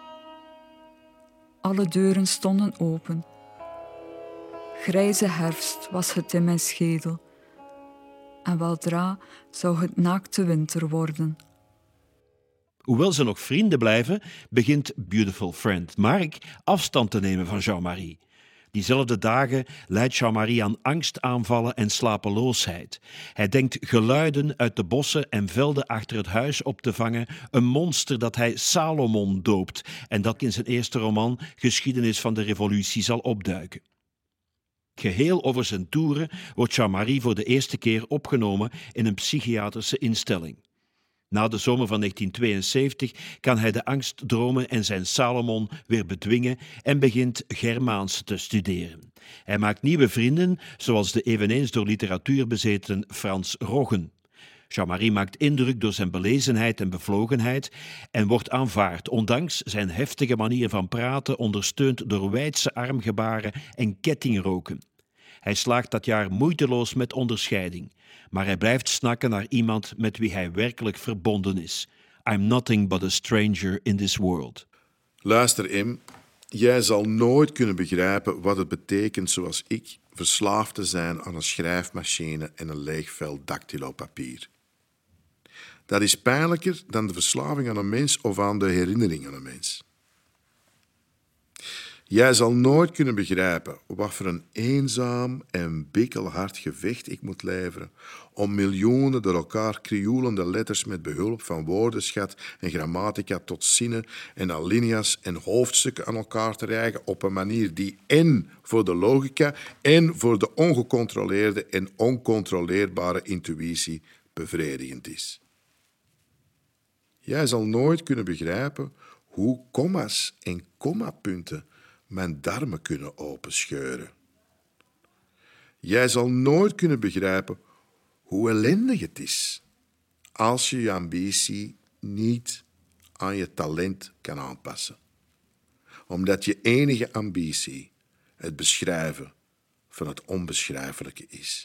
Alle deuren stonden open. Grijze herfst was het in mijn schedel en weldra zou het naakte winter worden. Hoewel ze nog vrienden blijven, begint Beautiful Friend Mark afstand te nemen van Jean-Marie. Diezelfde dagen lijdt Jean-Marie aan angstaanvallen en slapeloosheid. Hij denkt geluiden uit de bossen en velden achter het huis op te vangen, een monster dat hij Salomon doopt en dat in zijn eerste roman Geschiedenis van de Revolutie zal opduiken. Geheel over zijn toeren wordt Jean-Marie voor de eerste keer opgenomen in een psychiatrische instelling. Na de zomer van 1972 kan hij de angstdromen en zijn Salomon weer bedwingen en begint Germaans te studeren. Hij maakt nieuwe vrienden, zoals de eveneens door literatuur bezeten Frans Roggen. Jean-Marie maakt indruk door zijn belezenheid en bevlogenheid en wordt aanvaard, ondanks zijn heftige manier van praten, ondersteund door wijdse armgebaren en kettingroken. Hij slaagt dat jaar moeiteloos met onderscheiding, maar hij blijft snakken naar iemand met wie hij werkelijk verbonden is. I'm nothing but a stranger in this world. Luister, M. Jij zal nooit kunnen begrijpen wat het betekent, zoals ik, verslaafd te zijn aan een schrijfmachine en een leeg vel dactylopapier. Dat is pijnlijker dan de verslaving aan een mens of aan de herinnering aan een mens. Jij zal nooit kunnen begrijpen wat voor een eenzaam en bikkelhard gevecht ik moet leveren om miljoenen door elkaar krioelende letters met behulp van woordenschat en grammatica tot zinnen en alinea's en hoofdstukken aan elkaar te rijgen op een manier die en voor de logica en voor de ongecontroleerde en oncontroleerbare intuïtie bevredigend is. Jij zal nooit kunnen begrijpen hoe komma's en kommapunten mijn darmen kunnen openscheuren. Jij zal nooit kunnen begrijpen hoe ellendig het is als je je ambitie niet aan je talent kan aanpassen. Omdat je enige ambitie het beschrijven van het onbeschrijfelijke is.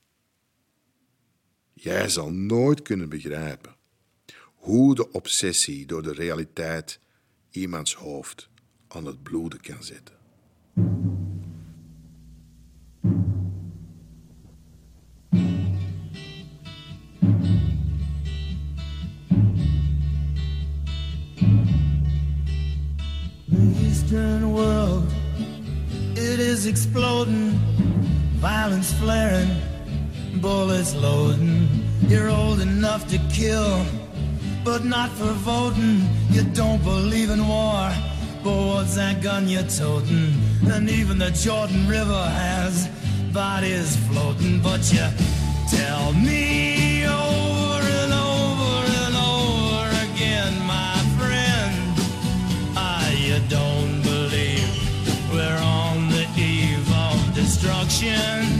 Jij zal nooit kunnen begrijpen hoe de obsessie door de realiteit iemands hoofd aan het bloeden kan zetten. The Eastern world, it is exploding, violence flaring, bullets loading. You're old enough to kill, but not for voting. You don't believe in war, But what's that gun you're toting? And even the Jordan River has bodies floating. But you tell me over and over and over again, my friend, you don't believe we're on the eve of destruction.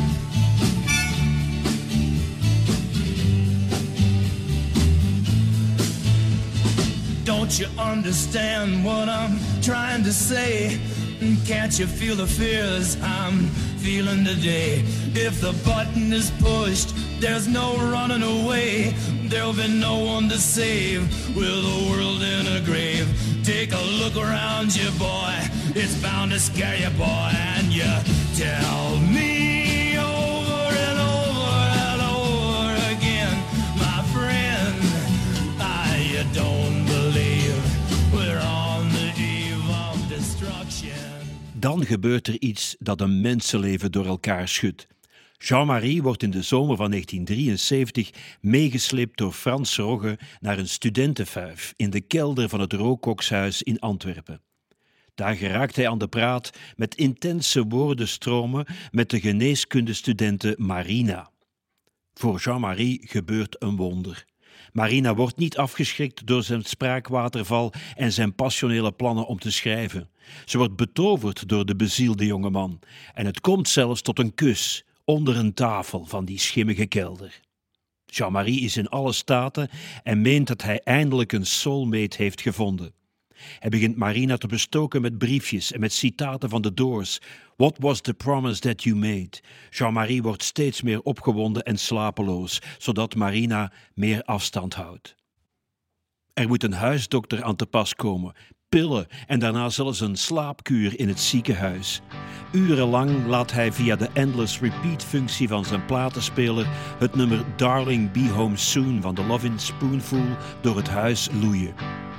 Don't you understand what I'm trying to say? Can't you feel the fears I'm feeling today? If the button is pushed, there's no running away. There'll be no one to save with the world in a grave. Take a look around you, boy. It's bound to scare you, boy. And you tell me over and over and over again, my friend, you don't believe we're on the eve of destruction. Dan gebeurt er iets dat een mensenleven door elkaar schudt. Jean-Marie wordt in de zomer van 1973 meegesleept door Frans Rogge naar een studentenfuif in de kelder van het Rookkokshuis in Antwerpen. Daar geraakt hij aan de praat met intense woordenstromen met de geneeskundestudente Marina. Voor Jean-Marie gebeurt een wonder. Marina wordt niet afgeschrikt door zijn spraakwaterval en zijn passionele plannen om te schrijven. Ze wordt betoverd door de bezielde jongeman en het komt zelfs tot een kus onder een tafel van die schimmige kelder. Jean-Marie is in alle staten en meent dat hij eindelijk een soulmate heeft gevonden. Hij begint Marina te bestoken met briefjes en met citaten van The Doors. What was the promise that you made? Jean-Marie wordt steeds meer opgewonden en slapeloos, zodat Marina meer afstand houdt. Er moet een huisdokter aan te pas komen, pillen en daarna zelfs een slaapkuur in het ziekenhuis. Urenlang laat hij via de endless repeat-functie van zijn platenspeler het nummer Darling Be Home Soon van The Lovin' Spoonful door het huis loeien.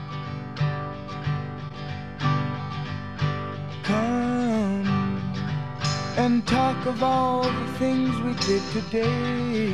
And talk of all the things we did today.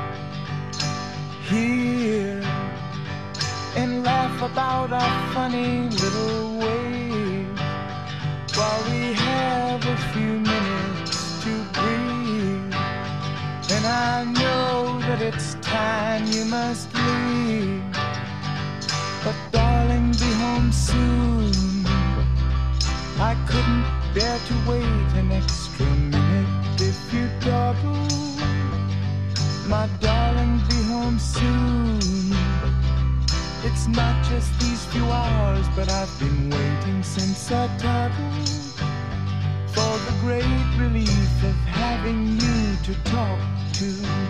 Here and laugh about our funny little way. While we have a few minutes to breathe. And I know that it's time you must leave. But darling, be home soon. I couldn't bear to wait an extra minute if you double. My darling, be home soon. It's not just these few hours, but I've been waiting since I toddled. For the great relief of having you to talk to.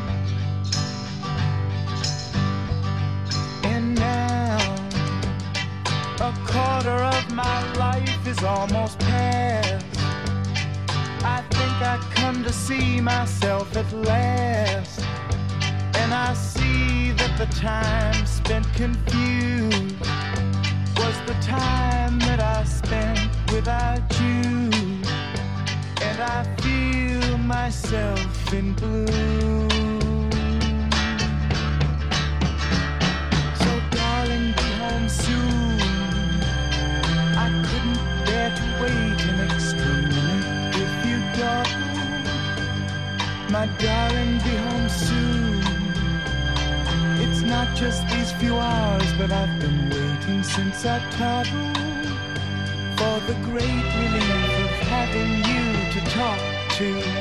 And now a quarter of my life is almost past. I think I come to see myself at last. And I see that the time spent confused was the time that I spent without you. And I feel myself in blue. So darling, be home soon. I couldn't bear to wait an extra minute if you double. My darling, be home soon. It's not just these few hours, but I've been waiting since I toddled. For the great relief of having you to talk to.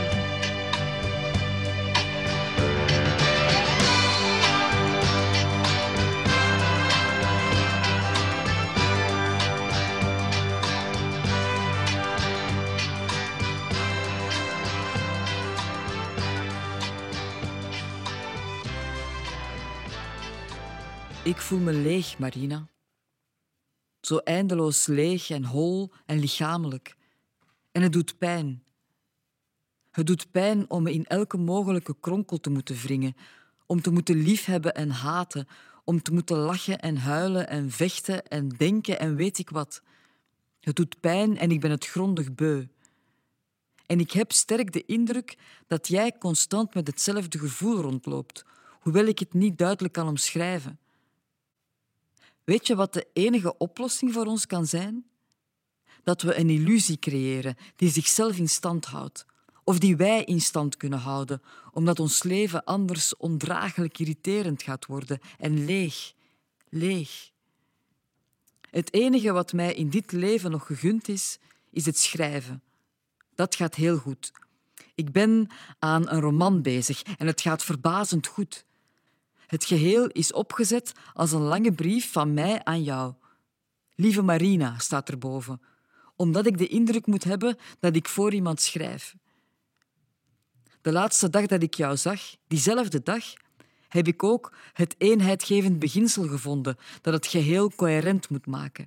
Ik voel me leeg, Marina. Zo eindeloos leeg en hol en lichamelijk. En het doet pijn. Het doet pijn om me in elke mogelijke kronkel te moeten wringen, om te moeten liefhebben en haten, om te moeten lachen en huilen en vechten en denken en weet ik wat. Het doet pijn en ik ben het grondig beu. En ik heb sterk de indruk dat jij constant met hetzelfde gevoel rondloopt, hoewel ik het niet duidelijk kan omschrijven. Weet je wat de enige oplossing voor ons kan zijn? dat we een illusie creëren die zichzelf in stand houdt. Of die wij in stand kunnen houden, omdat ons leven anders ondraaglijk irriterend gaat worden en leeg. Het enige wat mij in dit leven nog gegund is het schrijven. Dat gaat heel goed. Ik ben aan een roman bezig en het gaat verbazend goed. Het geheel is opgezet als een lange brief van mij aan jou. Lieve Marina, staat erboven, omdat ik de indruk moet hebben dat ik voor iemand schrijf. De laatste dag dat ik jou zag, diezelfde dag, heb ik ook het eenheidgevend beginsel gevonden dat het geheel coherent moet maken.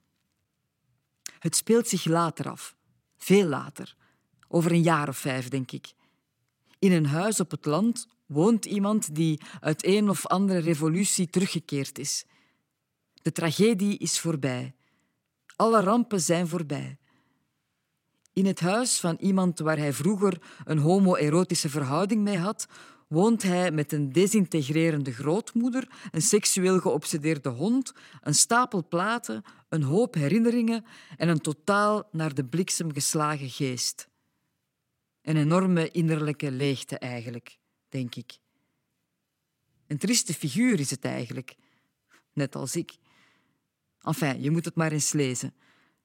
Het speelt zich later af, veel later, over een jaar of 5, denk ik. In een huis op het land woont iemand die uit een of andere revolutie teruggekeerd is. De tragedie is voorbij. Alle rampen zijn voorbij. In het huis van iemand waar hij vroeger een homoerotische verhouding mee had, woont hij met een desintegrerende grootmoeder, een seksueel geobsedeerde hond, een stapel platen, een hoop herinneringen en een totaal naar de bliksem geslagen geest. Een enorme innerlijke leegte eigenlijk, denk ik. Een trieste figuur is het eigenlijk, net als ik. Enfin, je moet het maar eens lezen.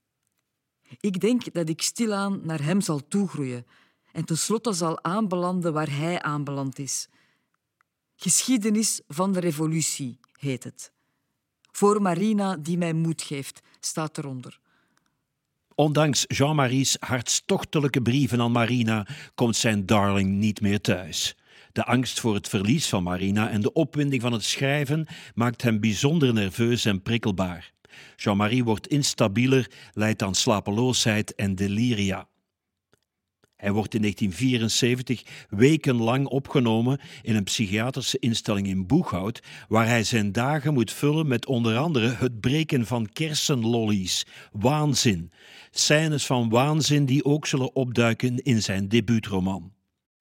Ik denk dat ik stilaan naar hem zal toegroeien en tenslotte zal aanbelanden waar hij aanbeland is. Geschiedenis van de revolutie heet het. Voor Marina die mij moed geeft, staat eronder. Ondanks Jean-Marie's hartstochtelijke brieven aan Marina komt zijn darling niet meer thuis. De angst voor het verlies van Marina en de opwinding van het schrijven maakt hem bijzonder nerveus en prikkelbaar. Jean-Marie wordt instabieler, lijdt aan slapeloosheid en deliria. Hij wordt in 1974 wekenlang opgenomen in een psychiatrische instelling in Boeghout, waar hij zijn dagen moet vullen met onder andere het breken van kersenlollies, waanzin. Scènes van waanzin die ook zullen opduiken in zijn debuutroman.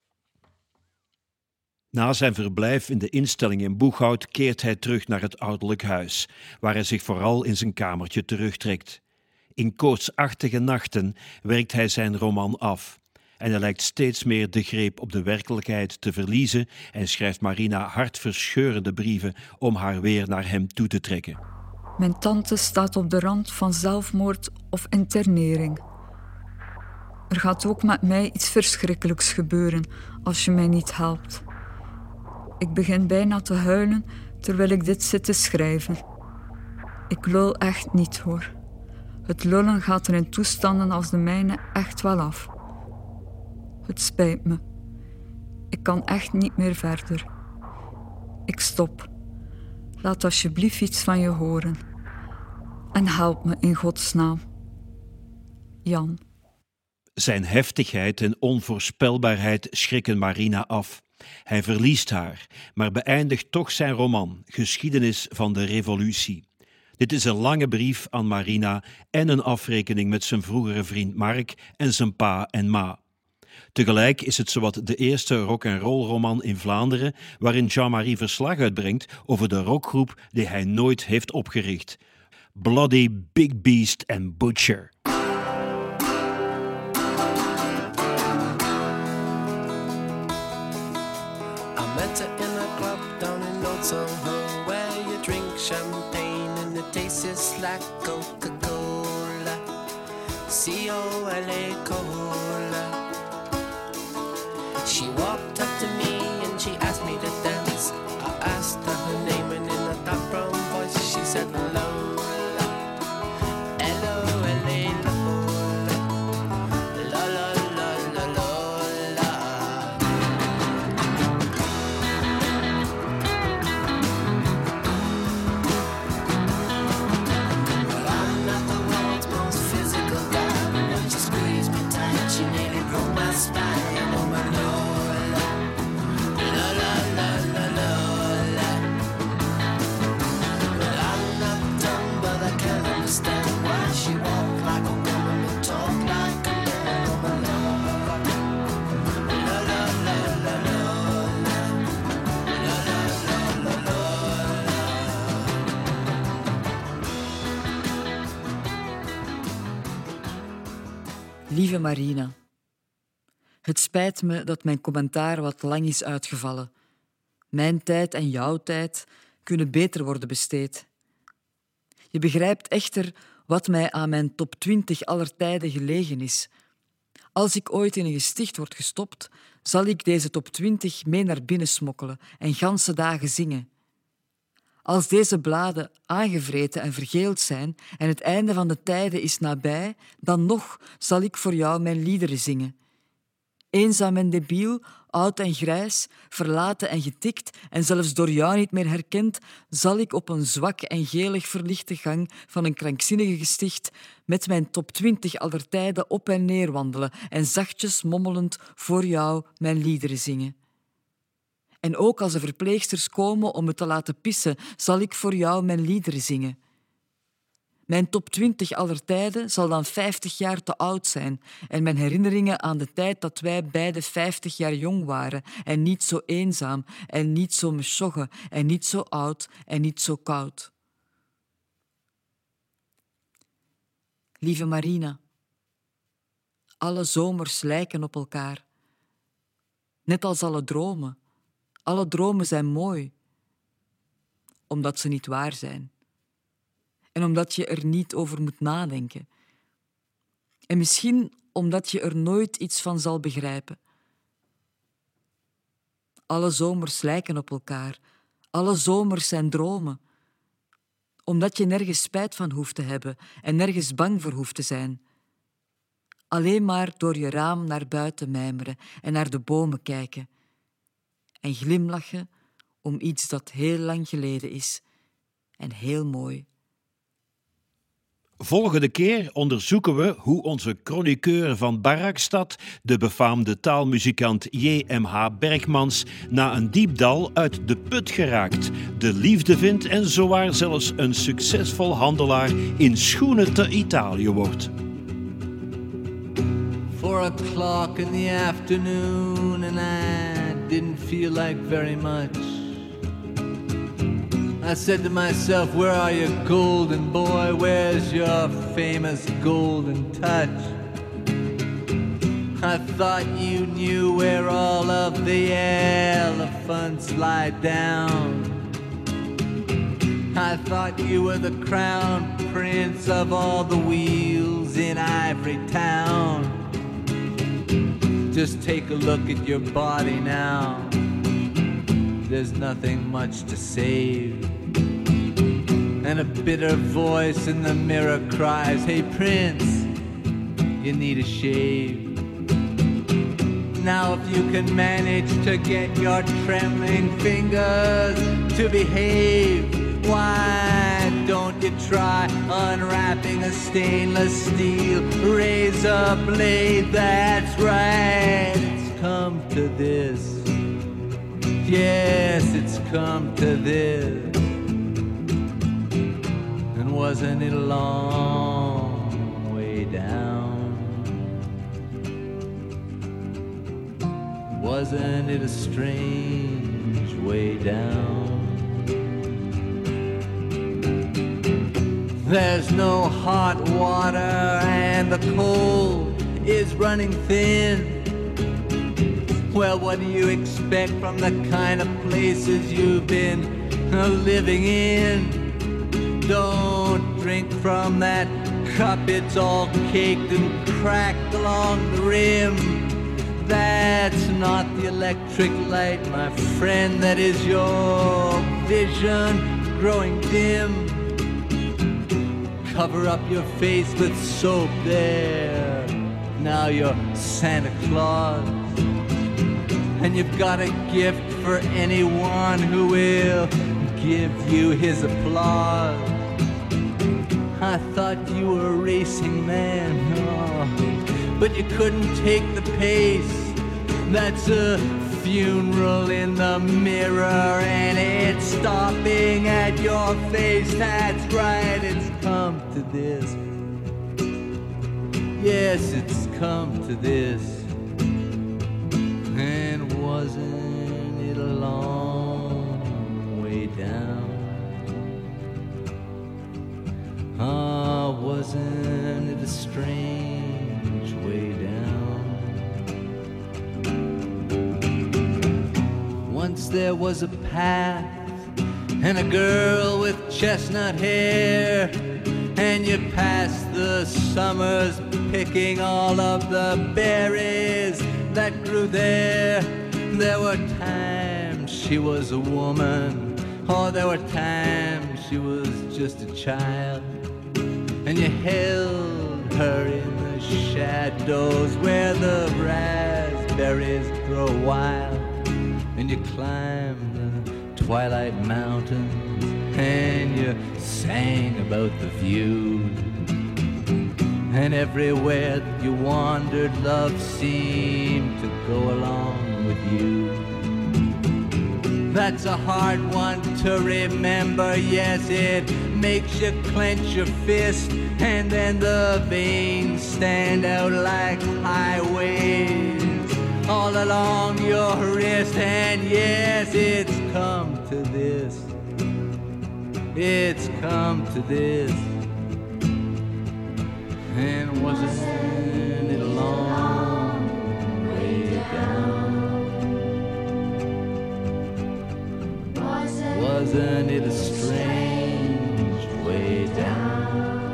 Na zijn verblijf in de instelling in Boeghout keert hij terug naar het ouderlijk huis, waar hij zich vooral in zijn kamertje terugtrekt. In koortsachtige nachten werkt hij zijn roman af. En hij lijkt steeds meer de greep op de werkelijkheid te verliezen en schrijft Marina hartverscheurende brieven om haar weer naar hem toe te trekken. Mijn tante staat op de rand van zelfmoord of internering. Er gaat ook met mij iets verschrikkelijks gebeuren als je mij niet helpt. Ik begin bijna te huilen terwijl ik dit zit te schrijven. Ik lul echt niet, hoor. Het lullen gaat er in toestanden als de mijne echt wel af. Het spijt me. Ik kan echt niet meer verder. Ik stop. Laat alsjeblieft iets van je horen. En help me in Gods naam. Jan. Zijn heftigheid en onvoorspelbaarheid schrikken Marina af. Hij verliest haar, maar beëindigt toch zijn roman, Geschiedenis van de Revolutie. Dit is een lange brief aan Marina en een afrekening met zijn vroegere vriend Mark en zijn pa en ma. Tegelijk is het zowat de eerste rock'n'roll-roman in Vlaanderen waarin Jean-Marie verslag uitbrengt over de rockgroep die hij nooit heeft opgericht. Bloody Big Beast and Butcher. I met her in a club down in Old Soho, where you drink champagne and it tastes like Coca-Cola, C-O-L-A Cola. She walked up to me and she asked me to dance. I asked her her name and in a dark brown voice she said Lola, L-O-L-A Lola, la la la la Lola. Well, I'm not the world's most physical guy, but when she squeezed me tight she nearly broke my spine. Oh my Lola, la la la la Lola. Well, I'm not Lieve Marina, het spijt me dat mijn commentaar wat lang is uitgevallen. Mijn tijd en jouw tijd kunnen beter worden besteed. Je begrijpt echter wat mij aan mijn top 20 aller tijden gelegen is. Als ik ooit in een gesticht word gestopt, zal ik deze top 20 mee naar binnen smokkelen en ganse dagen zingen. Als deze bladen aangevreten en vergeeld zijn en het einde van de tijden is nabij, dan nog zal ik voor jou mijn liederen zingen. Eenzaam en debiel, oud en grijs, verlaten en getikt en zelfs door jou niet meer herkend, zal ik op een zwak en gelig verlichte gang van een krankzinnige gesticht met mijn top 20 aller tijden op en neer wandelen en zachtjes mommelend voor jou mijn liederen zingen. En ook als de verpleegsters komen om me te laten pissen, zal ik voor jou mijn liederen zingen. Mijn top 20 aller tijden zal dan 50 jaar te oud zijn en mijn herinneringen aan de tijd dat wij beide 50 jaar jong waren en niet zo eenzaam en niet zo mesjogge en niet zo oud en niet zo koud. Lieve Marina, alle zomers lijken op elkaar. Net als alle dromen. Alle dromen zijn mooi, omdat ze niet waar zijn. En omdat je er niet over moet nadenken. En misschien omdat je er nooit iets van zal begrijpen. Alle zomers lijken op elkaar. Alle zomers zijn dromen. Omdat je nergens spijt van hoeft te hebben en nergens bang voor hoeft te zijn. Alleen maar door je raam naar buiten mijmeren en naar de bomen kijken. En glimlachen om iets dat heel lang geleden is en heel mooi. Volgende keer onderzoeken we hoe onze chroniqueur van Barakstad, de befaamde taalmuzikant J.M.H. Berkmans, na een diep dal uit de put geraakt, de liefde vindt en zowaar zelfs een succesvol handelaar in schoenen te Italië wordt. 4 o'clock in the afternoon and I didn't feel like very much. I said to myself, where are you, golden boy? Where's your famous golden touch? I thought you knew where all of the elephants lie down. I thought you were the crown prince of all the wheels in Ivory Town. Just take a look at your body now. There's nothing much to save. And a bitter voice in the mirror cries, hey Prince, you need a shave. Now if you can manage to get your trembling fingers to behave, why don't you try unwrapping a stainless steel razor blade? That's right, it's come to this. Yes, it's come to this. And wasn't it a long way down? Wasn't it a strange way down? There's no hot water and the coal is running thin. Well, what do you expect from the kind of places you've been living in? Don't drink from that cup, it's all caked and cracked along the rim. That's not the electric light, my friend, that is your vision growing dim. Cover up your face with soap there. Now you're Santa Claus. And you've got a gift for anyone who will give you his applause. I thought you were a racing man, oh, but you couldn't take the pace. That's a funeral in the mirror and it's stopping at your face. That's right, it's come to this. Yes, it's come to this. And wasn't it a long way down? Ah, wasn't it a strange way down. Once there was a path and a girl with chestnut hair, and you passed the summers picking all of the berries that grew there. There were times she was a woman, oh, there were times she was just a child, and you held her in the shadows where the raspberries grow wild, and you climbed the twilight mountains and you sang about the view. And everywhere that you wandered, love seemed to go along with you. That's a hard one to remember, yes, it makes you clench your fist, and then the veins stand out like highways all along your wrist. And yes, it's come to this. It's come to this. And wasn't it a long way down? Wasn't it a strange way down?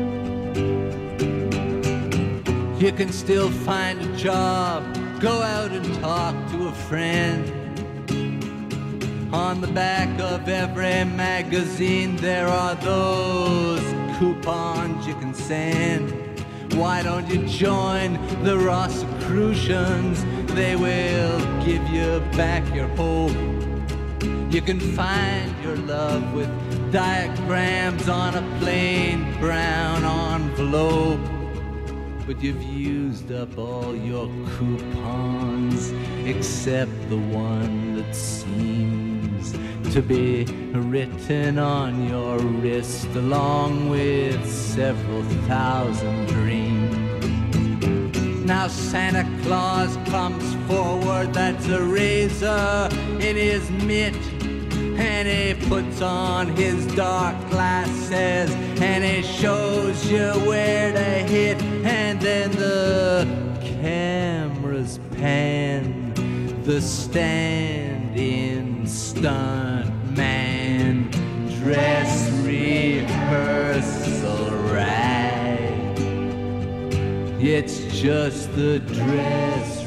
You can still find a job, go out and talk to a friend. On the back of every magazine there are those coupons you can send. Why don't you join the Rosicrucians? They will give you back your hope. You can find your love with diagrams on a plain brown envelope. But you've used up all your coupons except the one that seems to be written on your wrist along with several thousand dreams. Now Santa Claus comes forward, that's a razor in his mitt, and he puts on his dark glasses and he shows you where to hit, and then the cameras pan the stand-in stunt man dress rehearsal rag. It's just the dress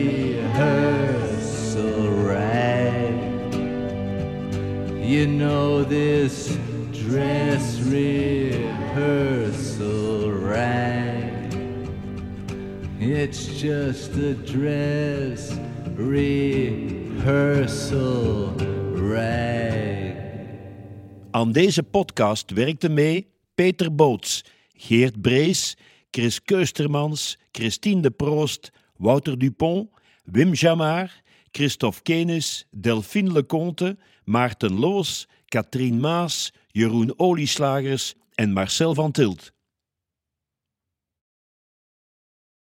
rehearsal rag. You know this dress rehearsal rag. It's just a dress rehearsal rag. Aan deze podcast werkten mee Peter Boots, Geert Brees, Chris Keustermans, Christine de Proost, Wouter Dupont, Wim Jamard, Christophe Kenis, Delphine Leconte, Maarten Loos, Katrien Maas, Jeroen Olieslagers en Marcel van Tilt.